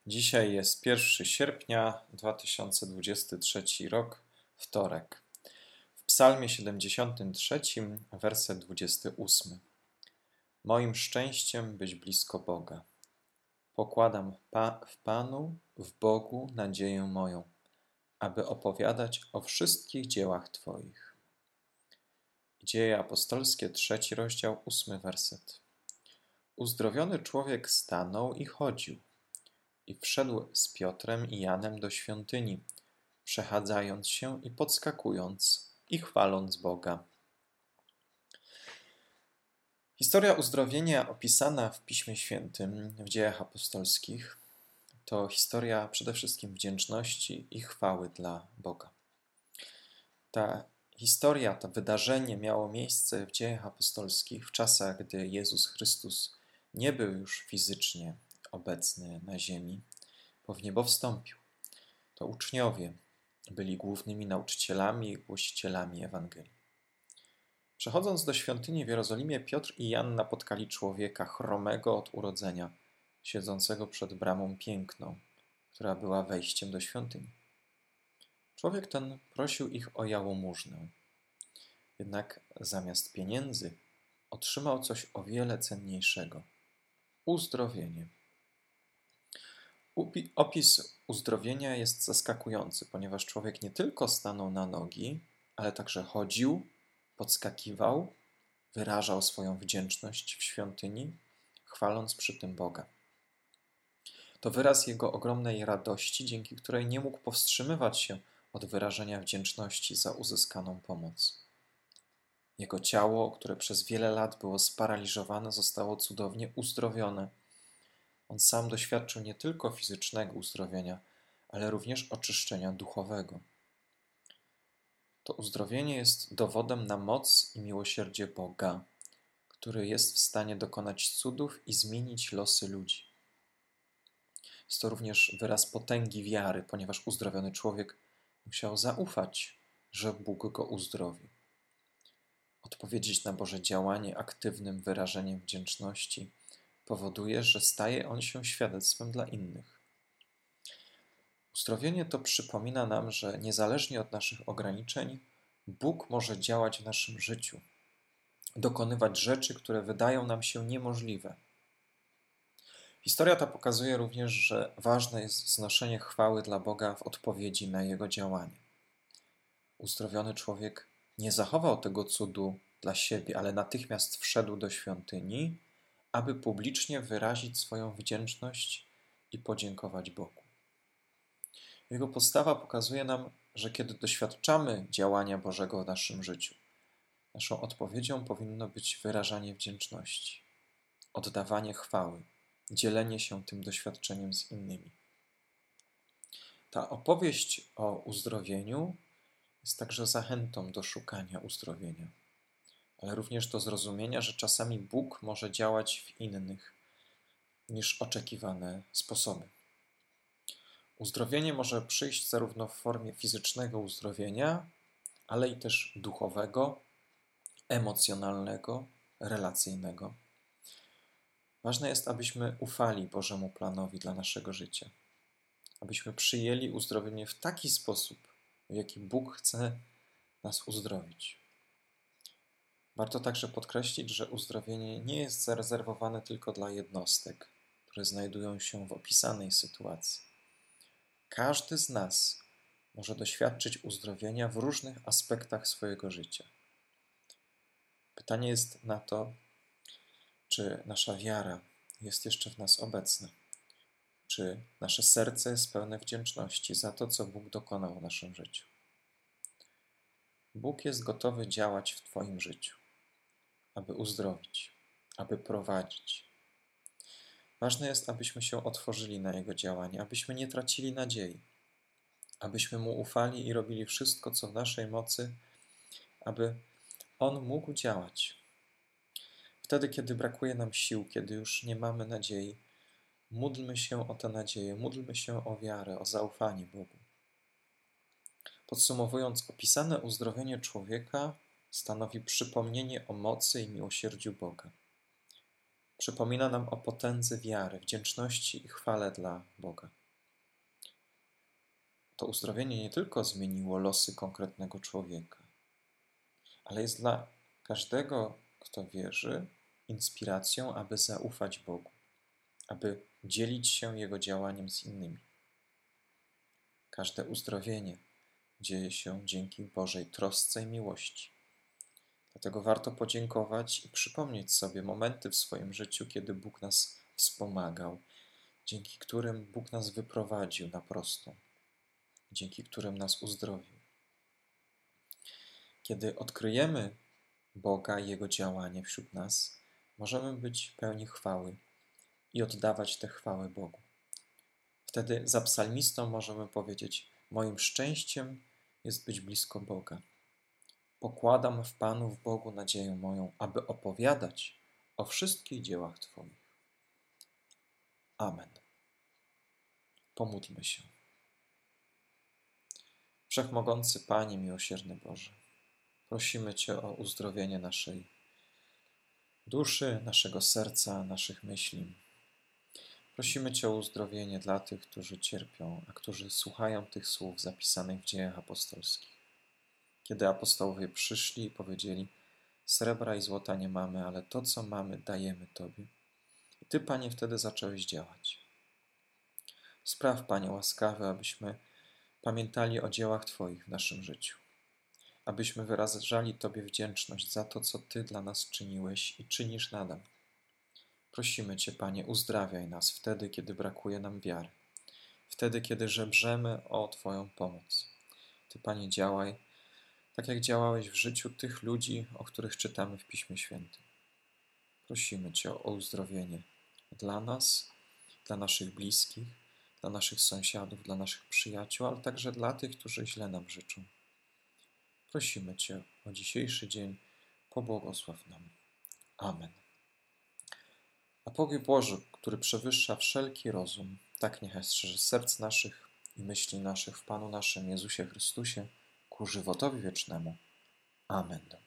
Dzisiaj jest 1 sierpnia 2023 rok, wtorek. W Psalmie 73, werset 28. Moim szczęściem być blisko Boga. Pokładam w Panu, w Bogu nadzieję moją, aby opowiadać o wszystkich dziełach Twoich. Dzieje apostolskie, 3 rozdział, 8 werset. Uzdrowiony człowiek stanął i chodził. I wszedł z Piotrem i Janem do świątyni, przechadzając się i podskakując i chwaląc Boga. Historia uzdrowienia opisana w Piśmie Świętym, w Dziejach Apostolskich, to historia przede wszystkim wdzięczności i chwały dla Boga. Ta historia, to wydarzenie miało miejsce w Dziejach Apostolskich w czasach, gdy Jezus Chrystus nie był już fizycznie obecny na ziemi, bo w niebo wstąpił. To uczniowie byli głównymi nauczycielami i głosicielami Ewangelii. Przechodząc do świątyni w Jerozolimie, Piotr i Jan napotkali człowieka chromego od urodzenia, siedzącego przed bramą piękną, która była wejściem do świątyni. Człowiek ten prosił ich o jałmużnę. Jednak zamiast pieniędzy otrzymał coś o wiele cenniejszego – uzdrowienie. Opis uzdrowienia jest zaskakujący, ponieważ człowiek nie tylko stanął na nogi, ale także chodził, podskakiwał, wyrażał swoją wdzięczność w świątyni, chwaląc przy tym Boga. To wyraz jego ogromnej radości, dzięki której nie mógł powstrzymywać się od wyrażenia wdzięczności za uzyskaną pomoc. Jego ciało, które przez wiele lat było sparaliżowane, zostało cudownie uzdrowione. On sam doświadczył nie tylko fizycznego uzdrowienia, ale również oczyszczenia duchowego. To uzdrowienie jest dowodem na moc i miłosierdzie Boga, który jest w stanie dokonać cudów i zmienić losy ludzi. Jest to również wyraz potęgi wiary, ponieważ uzdrowiony człowiek musiał zaufać, że Bóg go uzdrowi. Odpowiedzieć na Boże działanie aktywnym wyrażeniem wdzięczności powoduje, że staje on się świadectwem dla innych. Uzdrowienie to przypomina nam, że niezależnie od naszych ograniczeń, Bóg może działać w naszym życiu, dokonywać rzeczy, które wydają nam się niemożliwe. Historia ta pokazuje również, że ważne jest znoszenie chwały dla Boga w odpowiedzi na Jego działanie. Uzdrowiony człowiek nie zachował tego cudu dla siebie, ale natychmiast wszedł do świątyni, aby publicznie wyrazić swoją wdzięczność i podziękować Bogu. Jego postawa pokazuje nam, że kiedy doświadczamy działania Bożego w naszym życiu, naszą odpowiedzią powinno być wyrażanie wdzięczności, oddawanie chwały, dzielenie się tym doświadczeniem z innymi. Ta opowieść o uzdrowieniu jest także zachętą do szukania uzdrowienia, ale również do zrozumienia, że czasami Bóg może działać w innych niż oczekiwane sposoby. Uzdrowienie może przyjść zarówno w formie fizycznego uzdrowienia, ale i też duchowego, emocjonalnego, relacyjnego. Ważne jest, abyśmy ufali Bożemu planowi dla naszego życia, abyśmy przyjęli uzdrowienie w taki sposób, w jaki Bóg chce nas uzdrowić. Warto także podkreślić, że uzdrowienie nie jest zarezerwowane tylko dla jednostek, które znajdują się w opisanej sytuacji. Każdy z nas może doświadczyć uzdrowienia w różnych aspektach swojego życia. Pytanie jest na to, czy nasza wiara jest jeszcze w nas obecna, czy nasze serce jest pełne wdzięczności za to, co Bóg dokonał w naszym życiu. Bóg jest gotowy działać w Twoim życiu, aby uzdrowić, aby prowadzić. Ważne jest, abyśmy się otworzyli na Jego działanie, abyśmy nie tracili nadziei, abyśmy Mu ufali i robili wszystko, co w naszej mocy, aby On mógł działać. Wtedy, kiedy brakuje nam sił, kiedy już nie mamy nadziei, módlmy się o tę nadzieję, módlmy się o wiarę, o zaufanie Bogu. Podsumowując, opisane uzdrowienie człowieka stanowi przypomnienie o mocy i miłosierdziu Boga. Przypomina nam o potędze wiary, wdzięczności i chwale dla Boga. To uzdrowienie nie tylko zmieniło losy konkretnego człowieka, ale jest dla każdego, kto wierzy, inspiracją, aby zaufać Bogu, aby dzielić się Jego działaniem z innymi. Każde uzdrowienie dzieje się dzięki Bożej trosce i miłości. Dlatego warto podziękować i przypomnieć sobie momenty w swoim życiu, kiedy Bóg nas wspomagał, dzięki którym Bóg nas wyprowadził na prostą, dzięki którym nas uzdrowił. Kiedy odkryjemy Boga i Jego działanie wśród nas, możemy być pełni chwały i oddawać tę chwałę Bogu. Wtedy za psalmistą możemy powiedzieć: moim szczęściem jest być blisko Boga. Pokładam w Panu, w Bogu nadzieję moją, aby opowiadać o wszystkich dziełach Twoich. Amen. Pomódlmy się. Wszechmogący Panie, miłosierny Boże, prosimy Cię o uzdrowienie naszej duszy, naszego serca, naszych myśli. Prosimy Cię o uzdrowienie dla tych, którzy cierpią, a którzy słuchają tych słów zapisanych w Dziejach Apostolskich. Kiedy apostołowie przyszli i powiedzieli: srebra i złota nie mamy, ale to, co mamy, dajemy Tobie. I Ty, Panie, wtedy zacząłeś działać. Spraw, Panie, łaskawy, abyśmy pamiętali o dziełach Twoich w naszym życiu. Abyśmy wyrażali Tobie wdzięczność za to, co Ty dla nas czyniłeś i czynisz nadal. Prosimy Cię, Panie, uzdrawiaj nas wtedy, kiedy brakuje nam wiary. Wtedy, kiedy żebrzemy o Twoją pomoc. Ty, Panie, działaj, tak jak działałeś w życiu tych ludzi, o których czytamy w Piśmie Świętym. Prosimy Cię o uzdrowienie dla nas, dla naszych bliskich, dla naszych sąsiadów, dla naszych przyjaciół, ale także dla tych, którzy źle nam życzą. Prosimy Cię o dzisiejszy dzień, pobłogosław nam. Amen. A pokój Boży, który przewyższa wszelki rozum, tak niechaj strzeże serc naszych i myśli naszych w Panu naszym Jezusie Chrystusie ku żywotowi wiecznemu. Amen.